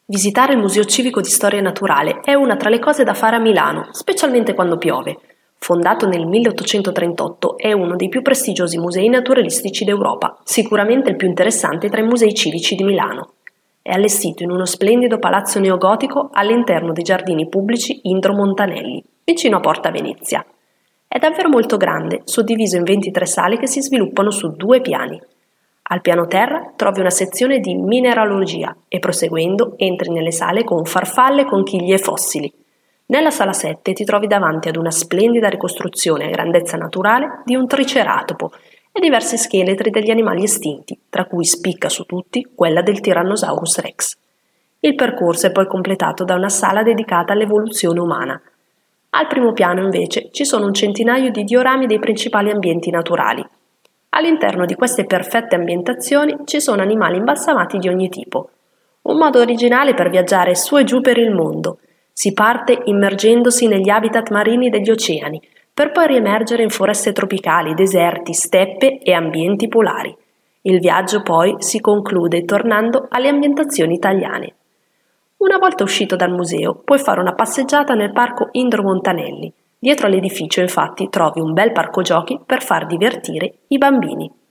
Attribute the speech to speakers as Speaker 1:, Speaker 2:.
Speaker 1: Visitare il Museo Civico di Storia Naturale è una tra le cose da fare a Milano, specialmente quando piove. Fondato nel 1838, è uno dei più prestigiosi musei naturalistici d'Europa, sicuramente il più interessante tra i musei civici di Milano. È allestito in uno splendido palazzo neogotico all'interno dei giardini pubblici Indro Montanelli, vicino a Porta Venezia. È davvero molto grande, suddiviso in 23 sale che si sviluppano su 2 piani. Al piano terra trovi una sezione di mineralogia e proseguendo entri nelle sale con farfalle, conchiglie e fossili. Nella sala 7 ti trovi davanti ad una splendida ricostruzione a grandezza naturale di un triceratopo e diversi scheletri degli animali estinti, tra cui spicca su tutti quella del Tyrannosaurus Rex. Il percorso è poi completato da una sala dedicata all'evoluzione umana. Al primo piano invece ci sono un centinaio di diorami dei principali ambienti naturali. All'interno di queste perfette ambientazioni ci sono animali imbalsamati di ogni tipo. Un modo originale per viaggiare su e giù per il mondo. Si parte immergendosi negli habitat marini degli oceani, per poi riemergere in foreste tropicali, deserti, steppe e ambienti polari. Il viaggio poi si conclude tornando alle ambientazioni italiane. Una volta uscito dal museo, puoi fare una passeggiata nel parco Indro Montanelli. Dietro all'edificio, infatti, trovi un bel parco giochi per far divertire i bambini.